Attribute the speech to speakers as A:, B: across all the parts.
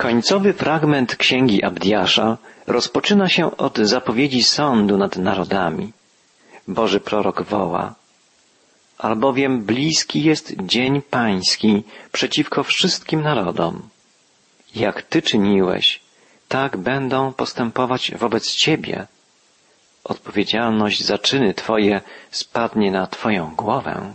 A: Końcowy fragment księgi Abdiasza rozpoczyna się od zapowiedzi sądu nad narodami. Boży prorok woła: albowiem bliski jest dzień pański przeciwko wszystkim narodom. Jak ty czyniłeś, tak będą postępować wobec ciebie. Odpowiedzialność za czyny twoje spadnie na twoją głowę.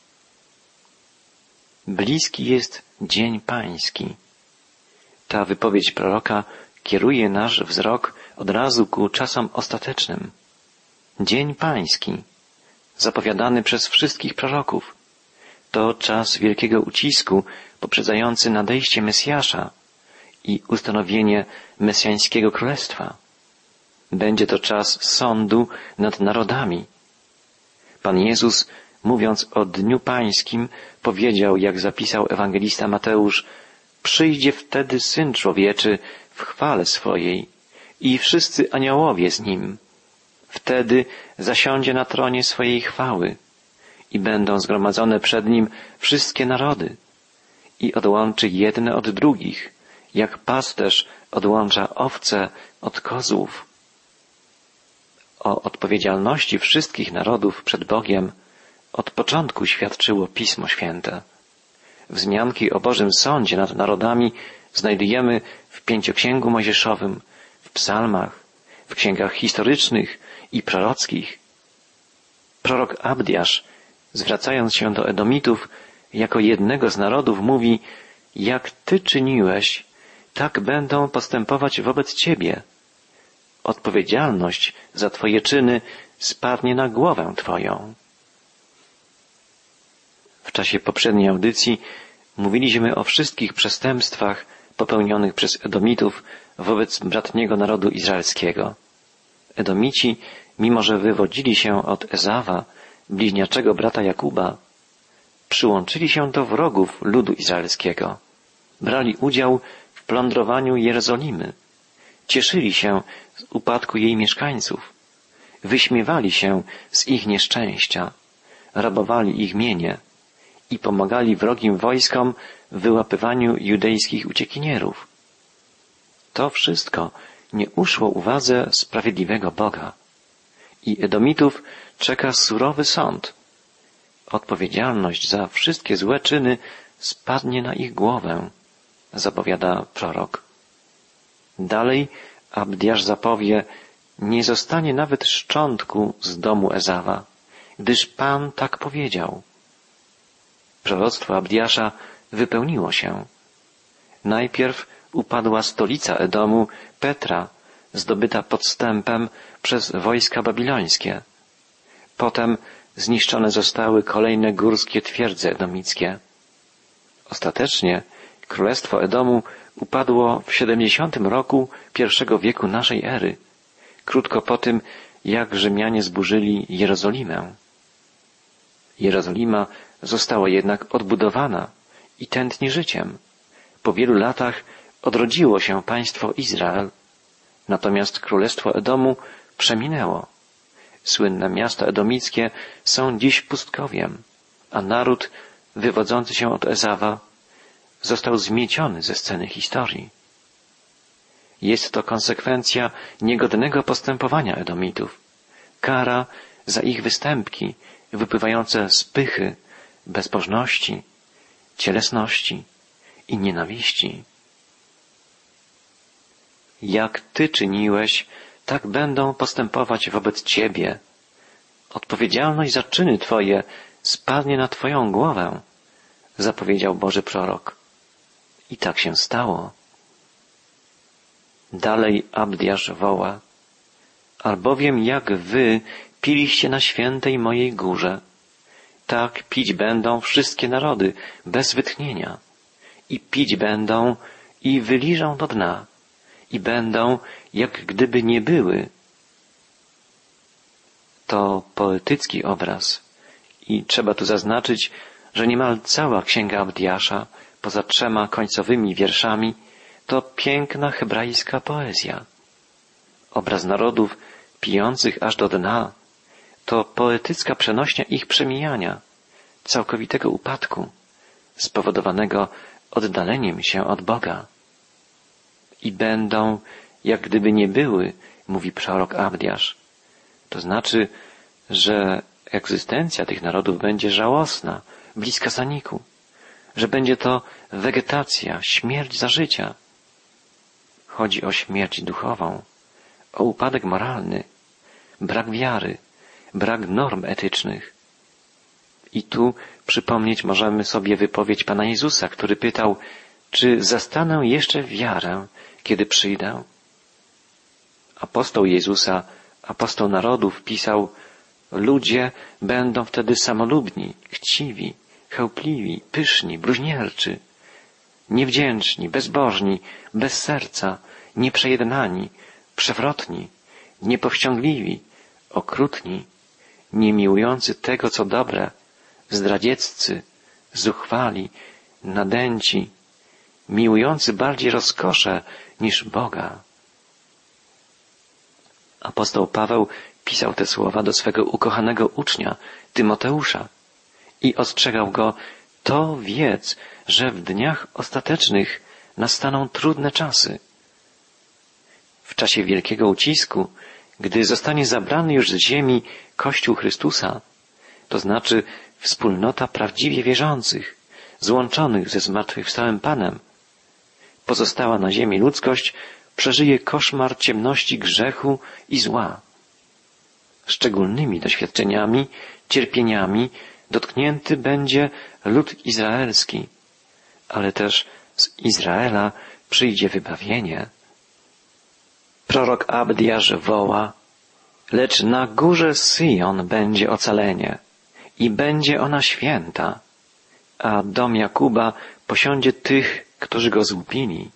A: Bliski jest dzień pański. Ta wypowiedź proroka kieruje nasz wzrok od razu ku czasom ostatecznym. Dzień pański, zapowiadany przez wszystkich proroków, to czas wielkiego ucisku poprzedzający nadejście Mesjasza i ustanowienie mesjańskiego królestwa. Będzie to czas sądu nad narodami. Pan Jezus, mówiąc o Dniu Pańskim, powiedział, jak zapisał ewangelista Mateusz: przyjdzie wtedy Syn Człowieczy w chwale swojej i wszyscy aniołowie z Nim. Wtedy zasiądzie na tronie swojej chwały i będą zgromadzone przed Nim wszystkie narody i odłączy jedne od drugich, jak pasterz odłącza owce od kozłów. O odpowiedzialności wszystkich narodów przed Bogiem od początku świadczyło Pismo Święte. Wzmianki o Bożym Sądzie nad narodami znajdujemy w Pięcioksięgu Mojżeszowym, w psalmach, w księgach historycznych i prorockich. Prorok Abdiasz, zwracając się do Edomitów jako jednego z narodów, mówi: jak ty czyniłeś, tak będą postępować wobec ciebie. Odpowiedzialność za twoje czyny spadnie na głowę twoją. W czasie poprzedniej audycji mówiliśmy o wszystkich przestępstwach popełnionych przez Edomitów wobec bratniego narodu izraelskiego. Edomici, mimo że wywodzili się od Ezawa, bliźniaczego brata Jakuba, przyłączyli się do wrogów ludu izraelskiego. Brali udział w plądrowaniu Jerozolimy. Cieszyli się z upadku jej mieszkańców. Wyśmiewali się z ich nieszczęścia. Rabowali ich mienie i pomagali wrogim wojskom w wyłapywaniu judejskich uciekinierów. To wszystko nie uszło uwadze sprawiedliwego Boga. I Edomitów czeka surowy sąd. Odpowiedzialność za wszystkie złe czyny spadnie na ich głowę, zapowiada prorok. Dalej Abdiasz zapowie: nie zostanie nawet szczątku z domu Ezawa, gdyż Pan tak powiedział. Proroctwo Abdiasza wypełniło się. Najpierw upadła stolica Edomu, Petra, zdobyta podstępem przez wojska babilońskie. Potem zniszczone zostały kolejne górskie twierdze edomickie. Ostatecznie królestwo Edomu upadło w 70 roku I wieku naszej ery, krótko po tym, jak Rzymianie zburzyli Jerozolimę. Jerozolima została jednak odbudowana i tętni życiem. Po wielu latach odrodziło się państwo Izrael, natomiast królestwo Edomu przeminęło. Słynne miasta edomickie są dziś pustkowiem, a naród wywodzący się od Ezawa został zmieciony ze sceny historii. Jest to konsekwencja niegodnego postępowania Edomitów, kara za ich występki wypływające z pychy, bezbożności, cielesności i nienawiści. Jak ty czyniłeś, tak będą postępować wobec ciebie. Odpowiedzialność za czyny twoje spadnie na twoją głowę, zapowiedział Boży prorok. I tak się stało. Dalej Abdiasz woła: albowiem jak wy piliście na świętej mojej górze, tak pić będą wszystkie narody bez wytchnienia. I pić będą i wyliżą do dna. I będą, jak gdyby nie były. To poetycki obraz. I trzeba tu zaznaczyć, że niemal cała księga Abdiasza, poza 3 końcowymi wierszami, to piękna hebrajska poezja. Obraz narodów pijących aż do dna to poetycka przenośnia ich przemijania, całkowitego upadku, spowodowanego oddaleniem się od Boga. i będą, jak gdyby nie były, mówi prorok Abdiasz. To znaczy, że egzystencja tych narodów będzie żałosna, bliska zaniku, że będzie to wegetacja, śmierć za życia. Chodzi o śmierć duchową, o upadek moralny, brak wiary, brak norm etycznych. I tu przypomnieć możemy sobie wypowiedź Pana Jezusa, który pytał, czy zastanę jeszcze wiarę, kiedy przyjdę? Apostoł Jezusa, apostoł narodów pisał, ludzie będą wtedy samolubni, chciwi, chełpliwi, pyszni, bluźnierczy, niewdzięczni, bezbożni, bez serca, nieprzejednani, przewrotni, niepowściągliwi, okrutni, niemiłujący tego, co dobre, zdradzieccy, zuchwali, nadęci, miłujący bardziej rozkosze niż Boga. Apostoł Paweł pisał te słowa do swego ukochanego ucznia, Tymoteusza, i ostrzegał go, to wiedz, że w dniach ostatecznych nastaną trudne czasy. W czasie wielkiego ucisku, gdy zostanie zabrany już z ziemi Kościół Chrystusa, to znaczy wspólnota prawdziwie wierzących, złączonych ze zmartwychwstałym Panem, pozostała na ziemi ludzkość przeżyje koszmar ciemności grzechu i zła. Szczególnymi doświadczeniami, cierpieniami dotknięty będzie lud izraelski, ale też z Izraela przyjdzie wybawienie. Prorok Abdiasz woła, lecz na górze Syjon będzie ocalenie i będzie ona święta, a dom Jakuba posiądzie tych, którzy go złupili.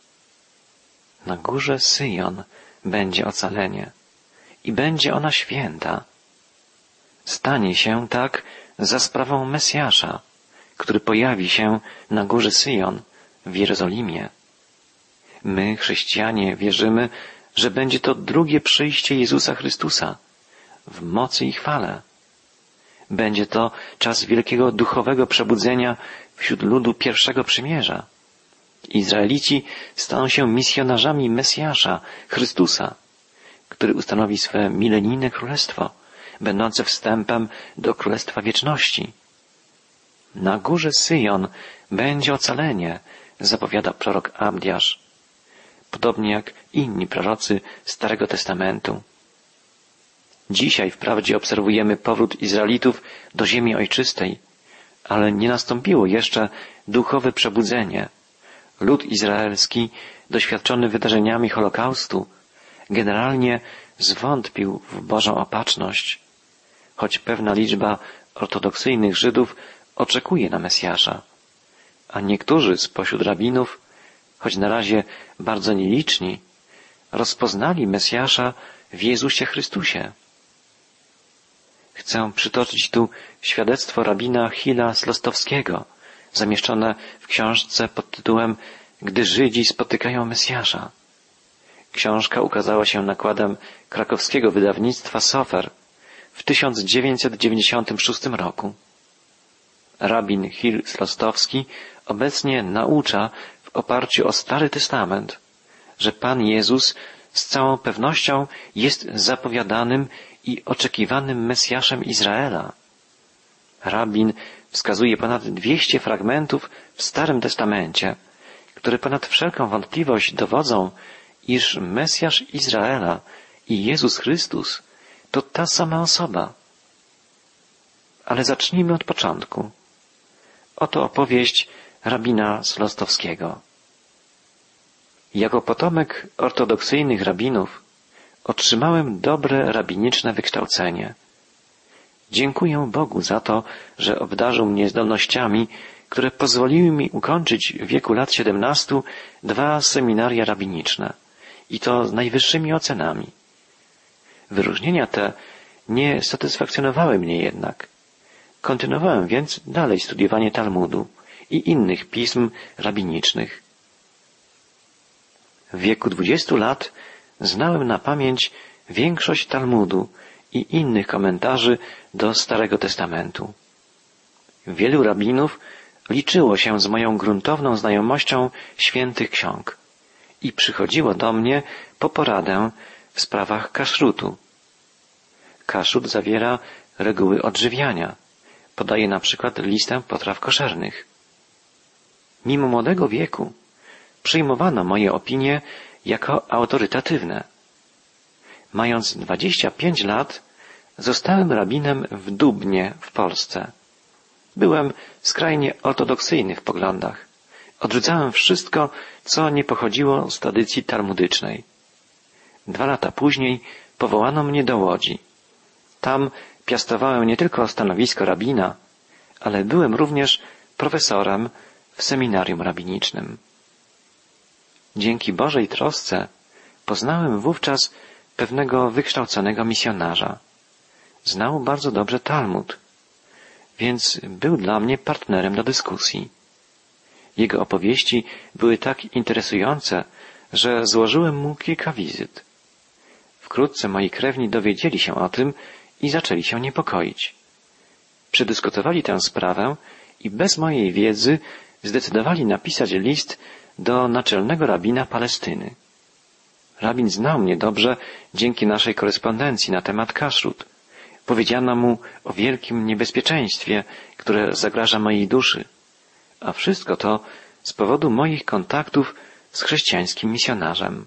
A: Na górze Syjon będzie ocalenie i będzie ona święta. Stanie się tak za sprawą Mesjasza, który pojawi się na górze Syjon w Jerozolimie. My, chrześcijanie, wierzymy, że będzie to drugie przyjście Jezusa Chrystusa w mocy i chwale. Będzie to czas wielkiego duchowego przebudzenia wśród ludu pierwszego przymierza. Izraelici staną się misjonarzami Mesjasza, Chrystusa, który ustanowi swe milenijne królestwo, będące wstępem do królestwa wieczności. Na górze Syjon będzie ocalenie, zapowiada prorok Abdiasz, podobnie jak inni prorocy Starego Testamentu. Dzisiaj wprawdzie obserwujemy powrót Izraelitów do ziemi ojczystej, ale nie nastąpiło jeszcze duchowe przebudzenie. Lud izraelski, doświadczony wydarzeniami Holokaustu, generalnie zwątpił w Bożą opatrzność, choć pewna liczba ortodoksyjnych Żydów oczekuje na Mesjasza, a niektórzy spośród rabinów, choć na razie bardzo nieliczni, rozpoznali Mesjasza w Jezusie Chrystusie. Chcę przytoczyć tu świadectwo rabina Hilla Slostowskiego, zamieszczone w książce pod tytułem Gdy Żydzi spotykają Mesjasza. Książka ukazała się nakładem krakowskiego wydawnictwa Sofer w 1996 roku. Rabin Hill Slostowski obecnie naucza w oparciu o Stary Testament, że Pan Jezus z całą pewnością jest zapowiadanym i oczekiwanym Mesjaszem Izraela. Rabin wskazuje ponad 200 fragmentów w Starym Testamencie, które ponad wszelką wątpliwość dowodzą, iż Mesjasz Izraela i Jezus Chrystus to ta sama osoba. Ale zacznijmy od początku. Oto opowieść rabina Slostowskiego. Jako potomek ortodoksyjnych rabinów otrzymałem dobre rabiniczne wykształcenie. Dziękuję Bogu za to, że obdarzył mnie zdolnościami, które pozwoliły mi ukończyć w wieku lat 17 2 seminaria rabiniczne i to z najwyższymi ocenami. Wyróżnienia te nie satysfakcjonowały mnie jednak. Kontynuowałem więc dalej studiowanie Talmudu i innych pism rabinicznych. W wieku 20 lat znałem na pamięć większość Talmudu i innych komentarzy do Starego Testamentu. Wielu rabinów liczyło się z moją gruntowną znajomością świętych ksiąg i przychodziło do mnie po poradę w sprawach kaszrutu. Kashrut zawiera reguły odżywiania. Podaje na przykład listę potraw koszernych. Mimo młodego wieku przyjmowano moje opinie jako autorytatywne. Mając 25 lat, zostałem rabinem w Dubnie w Polsce. Byłem skrajnie ortodoksyjny w poglądach. Odrzucałem wszystko, co nie pochodziło z tradycji talmudycznej. 2 lata później powołano mnie do Łodzi. Tam piastowałem nie tylko stanowisko rabina, ale byłem również profesorem w seminarium rabinicznym. Dzięki Bożej trosce poznałem wówczas pewnego wykształconego misjonarza. Znał bardzo dobrze Talmud, więc był dla mnie partnerem do dyskusji. Jego opowieści były tak interesujące, że złożyłem mu kilka wizyt. Wkrótce moi krewni dowiedzieli się o tym i zaczęli się niepokoić. Przedyskutowali tę sprawę i bez mojej wiedzy zdecydowali napisać list do naczelnego rabina Palestyny. Rabin znał mnie dobrze dzięki naszej korespondencji na temat kashrut. Powiedziano mu o wielkim niebezpieczeństwie, które zagraża mojej duszy, a wszystko to z powodu moich kontaktów z chrześcijańskim misjonarzem.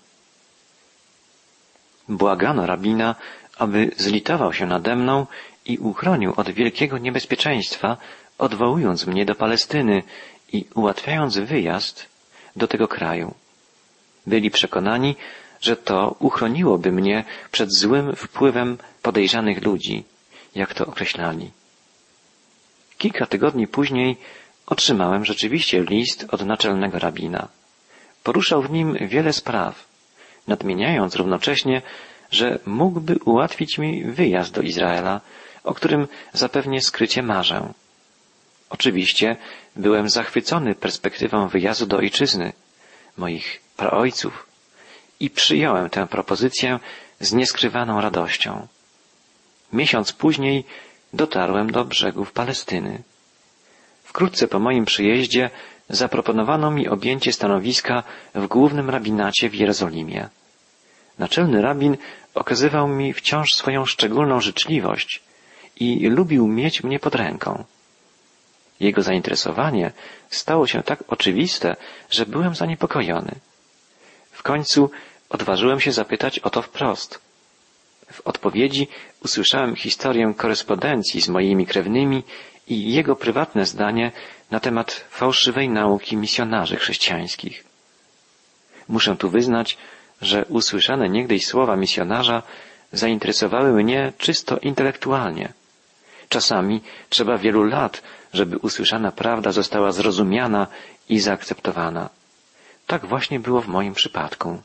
A: Błagano rabina, aby zlitował się nade mną i uchronił od wielkiego niebezpieczeństwa, odwołując mnie do Palestyny i ułatwiając wyjazd do tego kraju. Byli przekonani, że to uchroniłoby mnie przed złym wpływem podejrzanych ludzi, jak to określali. Kilka tygodni później otrzymałem rzeczywiście list od naczelnego rabina. Poruszał w nim wiele spraw, nadmieniając równocześnie, że mógłby ułatwić mi wyjazd do Izraela, o którym zapewnie skrycie marzę. Oczywiście byłem zachwycony perspektywą wyjazdu do ojczyzny, moich praojców, i przyjąłem tę propozycję z nieskrywaną radością. Miesiąc później dotarłem do brzegów Palestyny. Wkrótce po moim przyjeździe zaproponowano mi objęcie stanowiska w głównym rabinacie w Jerozolimie. Naczelny rabin okazywał mi wciąż swoją szczególną życzliwość i lubił mieć mnie pod ręką. Jego zainteresowanie stało się tak oczywiste, że byłem zaniepokojony. W końcu odważyłem się zapytać o to wprost. W odpowiedzi usłyszałem historię korespondencji z moimi krewnymi i jego prywatne zdanie na temat fałszywej nauki misjonarzy chrześcijańskich. Muszę tu wyznać, że usłyszane niegdyś słowa misjonarza zainteresowały mnie czysto intelektualnie. Czasami trzeba wielu lat, żeby usłyszana prawda została zrozumiana i zaakceptowana. Tak właśnie było w moim przypadku.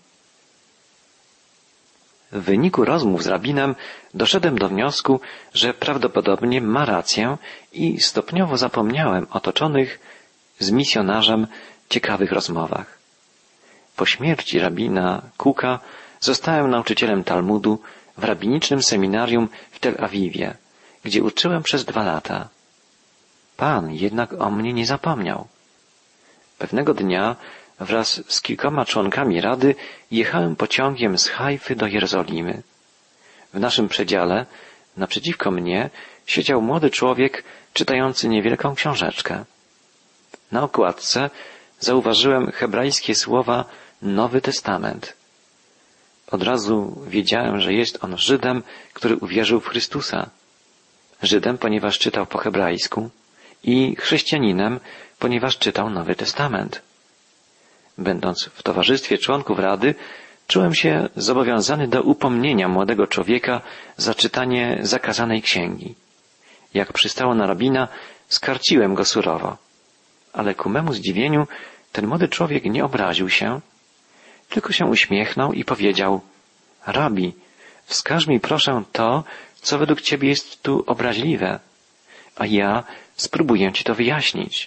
A: W wyniku rozmów z rabinem doszedłem do wniosku, że prawdopodobnie ma rację i stopniowo zapomniałem o toczonych z misjonarzem ciekawych rozmowach. Po śmierci rabina Kuka zostałem nauczycielem Talmudu w rabinicznym seminarium w Tel Awiwie, gdzie uczyłem przez 2 lata. Pan jednak o mnie nie zapomniał. Pewnego dnia wraz z kilkoma członkami rady jechałem pociągiem z Hajfy do Jerozolimy. W naszym przedziale, naprzeciwko mnie, siedział młody człowiek czytający niewielką książeczkę. Na okładce zauważyłem hebrajskie słowa Nowy Testament. Od razu wiedziałem, że jest on Żydem, który uwierzył w Chrystusa. Żydem, ponieważ czytał po hebrajsku, i chrześcijaninem, ponieważ czytał Nowy Testament. Będąc w towarzystwie członków Rady, czułem się zobowiązany do upomnienia młodego człowieka za czytanie zakazanej księgi. Jak przystało na rabina, skarciłem go surowo. Ale ku memu zdziwieniu ten młody człowiek nie obraził się, tylko się uśmiechnął i powiedział: Rabi, wskaż mi proszę to, co według ciebie jest tu obraźliwe, a ja spróbuję ci to wyjaśnić.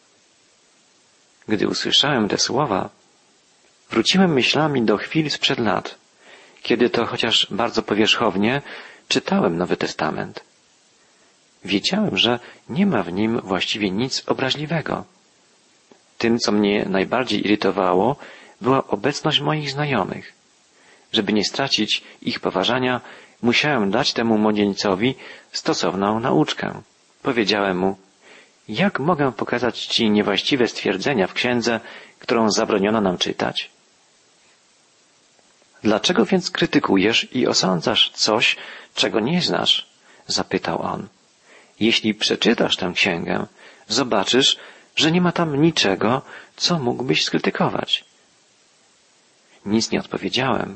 A: Gdy usłyszałem te słowa, wróciłem myślami do chwil sprzed lat, kiedy to chociaż bardzo powierzchownie czytałem Nowy Testament. Wiedziałem, że nie ma w nim właściwie nic obraźliwego. Tym, co mnie najbardziej irytowało, była obecność moich znajomych. Żeby nie stracić ich poważania, musiałem dać temu młodzieńcowi stosowną nauczkę. Powiedziałem mu: jak mogę pokazać Ci niewłaściwe stwierdzenia w księdze, którą zabroniono nam czytać? Dlaczego więc krytykujesz i osądzasz coś, czego nie znasz? Zapytał on. Jeśli przeczytasz tę księgę, zobaczysz, że nie ma tam niczego, co mógłbyś skrytykować. Nic nie odpowiedziałem,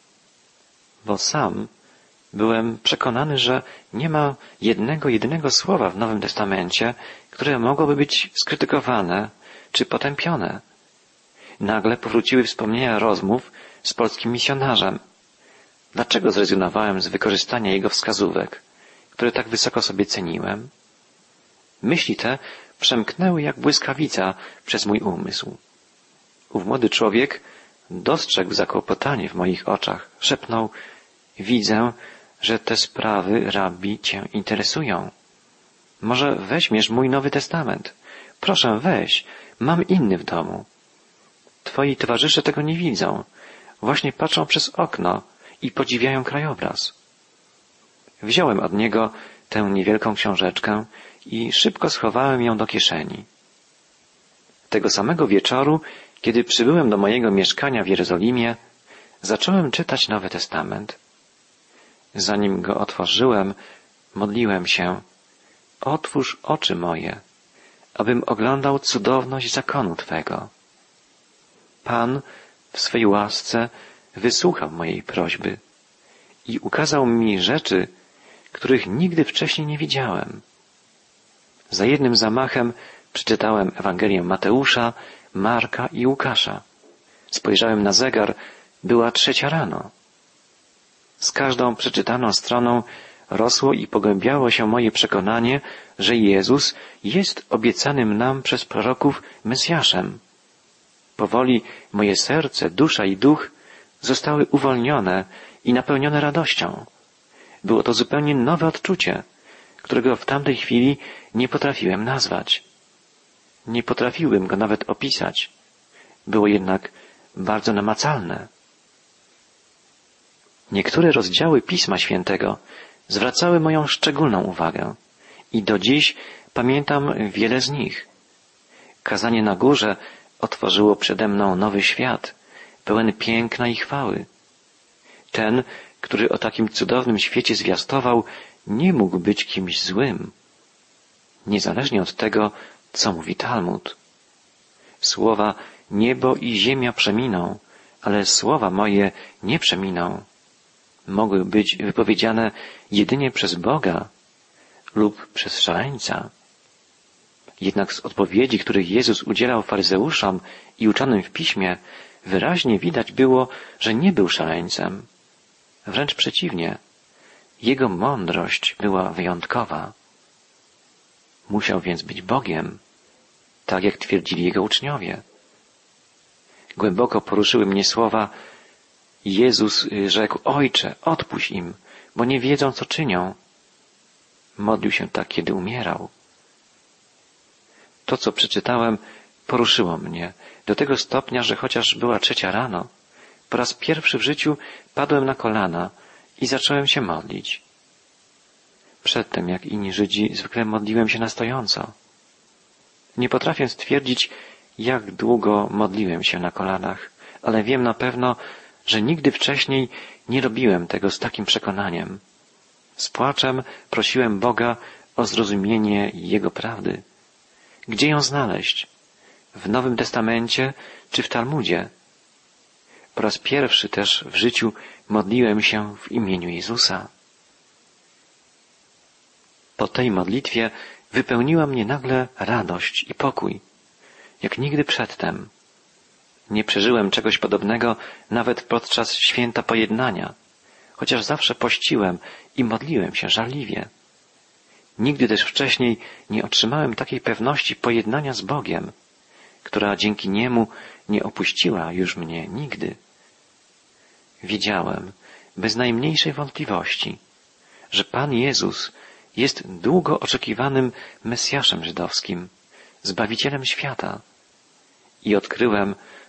A: bo sam byłem przekonany, że nie ma jedynego słowa w Nowym Testamencie, które mogłoby być skrytykowane czy potępione. Nagle powróciły wspomnienia rozmów z polskim misjonarzem. Dlaczego zrezygnowałem z wykorzystania jego wskazówek, które tak wysoko sobie ceniłem? Myśli te przemknęły jak błyskawica przez mój umysł. Ów młody człowiek dostrzegł zakłopotanie w moich oczach. Szepnął: widzę, że te sprawy, rabbi, Cię interesują. Może weźmiesz mój Nowy Testament? Proszę, weź, mam inny w domu. Twoi towarzysze tego nie widzą. Właśnie patrzą przez okno i podziwiają krajobraz. Wziąłem od niego tę niewielką książeczkę i szybko schowałem ją do kieszeni. Tego samego wieczoru, kiedy przybyłem do mojego mieszkania w Jerozolimie, zacząłem czytać Nowy Testament. Zanim go otworzyłem, modliłem się: otwórz oczy moje, abym oglądał cudowność zakonu Twego. Pan w swej łasce wysłuchał mojej prośby i ukazał mi rzeczy, których nigdy wcześniej nie widziałem. Za jednym zamachem przeczytałem Ewangelię Mateusza, Marka i Łukasza. Spojrzałem na zegar, była 3:00 rano. Z każdą przeczytaną stroną rosło i pogłębiało się moje przekonanie, że Jezus jest obiecanym nam przez proroków Mesjaszem. Powoli moje serce, dusza i duch zostały uwolnione i napełnione radością. Było to zupełnie nowe odczucie, którego w tamtej chwili nie potrafiłem nazwać. Nie potrafiłem go nawet opisać. Było jednak bardzo namacalne. Niektóre rozdziały Pisma Świętego zwracały moją szczególną uwagę i do dziś pamiętam wiele z nich. Kazanie na górze otworzyło przede mną nowy świat, pełen piękna i chwały. Ten, który o takim cudownym świecie zwiastował, nie mógł być kimś złym, niezależnie od tego, co mówi Talmud. Słowa niebo i ziemia przeminą, ale słowa moje nie przeminą. Mogły być wypowiedziane jedynie przez Boga lub przez szaleńca. Jednak z odpowiedzi, których Jezus udzielał faryzeuszom i uczonym w piśmie, wyraźnie widać było, że nie był szaleńcem. Wręcz przeciwnie, jego mądrość była wyjątkowa. Musiał więc być Bogiem, tak jak twierdzili jego uczniowie. Głęboko poruszyły mnie słowa: Jezus rzekł: Ojcze, odpuść im, bo nie wiedzą, co czynią. Modlił się tak, kiedy umierał. To, co przeczytałem, poruszyło mnie do tego stopnia, że chociaż była 3:00 rano, po raz pierwszy w życiu padłem na kolana i zacząłem się modlić. Przedtem, jak inni Żydzi, zwykle modliłem się na stojąco. Nie potrafię stwierdzić, jak długo modliłem się na kolanach, ale wiem na pewno, że nigdy wcześniej nie robiłem tego z takim przekonaniem. Z płaczem prosiłem Boga o zrozumienie Jego prawdy. Gdzie ją znaleźć? W Nowym Testamencie czy w Talmudzie? Po raz pierwszy też w życiu modliłem się w imieniu Jezusa. Po tej modlitwie wypełniła mnie nagle radość i pokój, jak nigdy przedtem. Nie przeżyłem czegoś podobnego nawet podczas święta pojednania, chociaż zawsze pościłem i modliłem się żarliwie. Nigdy też wcześniej nie otrzymałem takiej pewności pojednania z Bogiem, która dzięki Niemu nie opuściła już mnie nigdy. Wiedziałem, bez najmniejszej wątpliwości, że Pan Jezus jest długo oczekiwanym Mesjaszem żydowskim, Zbawicielem świata. I odkryłem,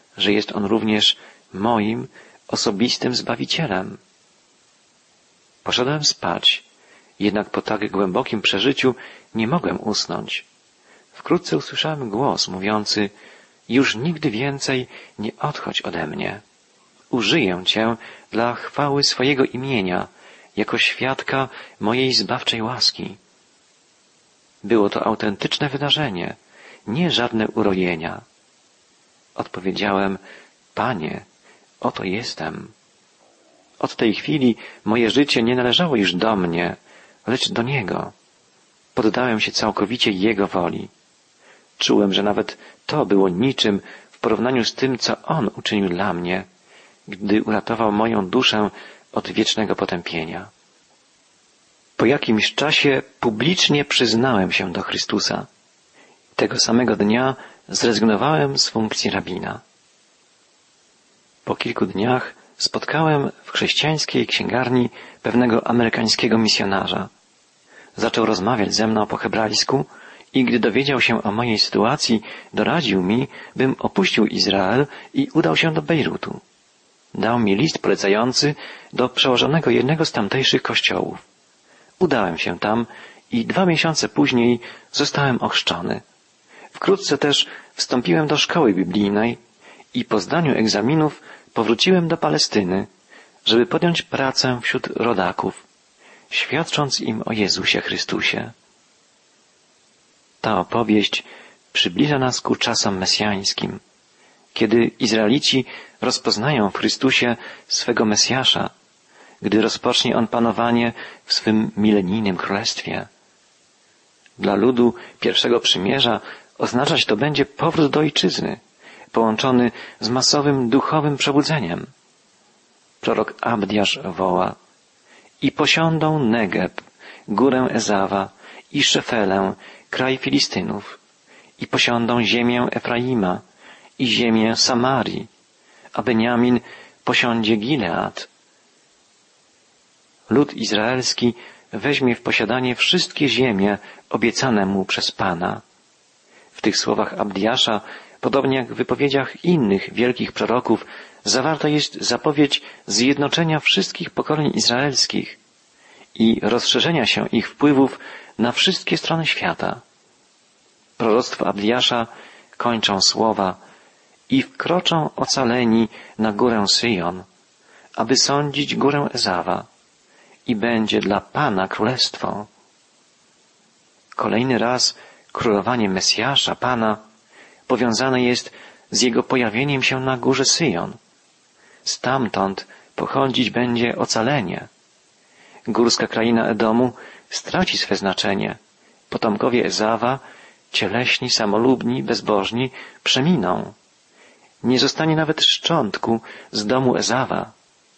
A: że jest On również moim osobistym Zbawicielem. Poszedłem spać, jednak po tak głębokim przeżyciu nie mogłem usnąć. Wkrótce usłyszałem głos mówiący: już nigdy więcej nie odchodź ode mnie. Użyję Cię dla chwały swojego imienia, jako świadka mojej zbawczej łaski. Było to autentyczne wydarzenie, nie żadne urojenia. Odpowiedziałem: Panie, oto jestem. Od tej chwili moje życie nie należało już do mnie, lecz do Niego. Poddałem się całkowicie Jego woli. Czułem, że nawet to było niczym w porównaniu z tym, co On uczynił dla mnie, gdy uratował moją duszę od wiecznego potępienia. Po jakimś czasie publicznie przyznałem się do Chrystusa. Tego samego dnia zrezygnowałem z funkcji rabina. Po kilku dniach spotkałem w chrześcijańskiej księgarni pewnego amerykańskiego misjonarza. Zaczął rozmawiać ze mną po hebrajsku i gdy dowiedział się o mojej sytuacji, doradził mi, bym opuścił Izrael i udał się do Bejrutu. Dał mi list polecający do przełożonego jednego z tamtejszych kościołów. Udałem się tam i 2 miesiące później zostałem ochrzczony. Wkrótce też wstąpiłem do szkoły biblijnej i po zdaniu egzaminów powróciłem do Palestyny, żeby podjąć pracę wśród rodaków, świadcząc im o Jezusie Chrystusie. Ta opowieść przybliża nas ku czasom mesjańskim, kiedy Izraelici rozpoznają w Chrystusie swego Mesjasza, gdy rozpocznie On panowanie w swym milenijnym królestwie. Dla ludu pierwszego przymierza oznaczać to będzie powrót do ojczyzny, połączony z masowym duchowym przebudzeniem. Prorok Abdiasz woła: i posiądą Negeb, górę Ezawa i Szefelę, kraj Filistynów, i posiądą ziemię Efraima i ziemię Samarii, a Beniamin posiądzie Gilead. Lud izraelski weźmie w posiadanie wszystkie ziemie obiecane mu przez Pana. W tych słowach Abdiasza, podobnie jak w wypowiedziach innych wielkich proroków, zawarta jest zapowiedź zjednoczenia wszystkich pokoleń izraelskich i rozszerzenia się ich wpływów na wszystkie strony świata. Proroctwo Abdiasza kończą słowa: i wkroczą ocaleni na górę Syjon, aby sądzić górę Ezawa, i będzie dla Pana królestwo. Kolejny raz królowanie Mesjasza, Pana, powiązane jest z Jego pojawieniem się na górze Syjon. Stamtąd pochodzić będzie ocalenie. Górska kraina Edomu straci swe znaczenie. Potomkowie Ezawa, cieleśni, samolubni, bezbożni, przeminą. Nie zostanie nawet szczątku z domu Ezawa.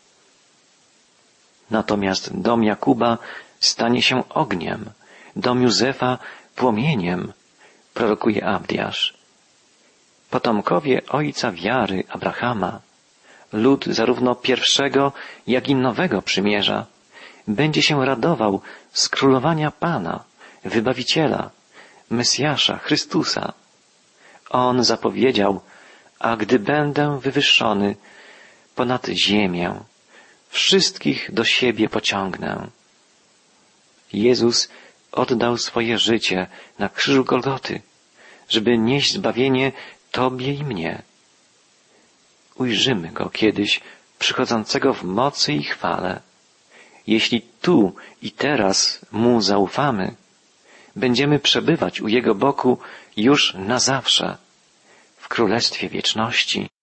A: Natomiast dom Jakuba stanie się ogniem, dom Józefa płomieniem, prorokuje Abdiasz. Potomkowie ojca wiary Abrahama, lud zarówno pierwszego, jak i nowego przymierza, będzie się radował z królowania Pana, Wybawiciela, Mesjasza, Chrystusa. On zapowiedział: a gdy będę wywyższony ponad ziemię, wszystkich do siebie pociągnę. Jezus oddał swoje życie na krzyżu Golgoty, żeby nieść zbawienie Tobie i mnie. Ujrzymy Go kiedyś przychodzącego w mocy i chwale. Jeśli tu i teraz Mu zaufamy, będziemy przebywać u Jego boku już na zawsze, w Królestwie Wieczności.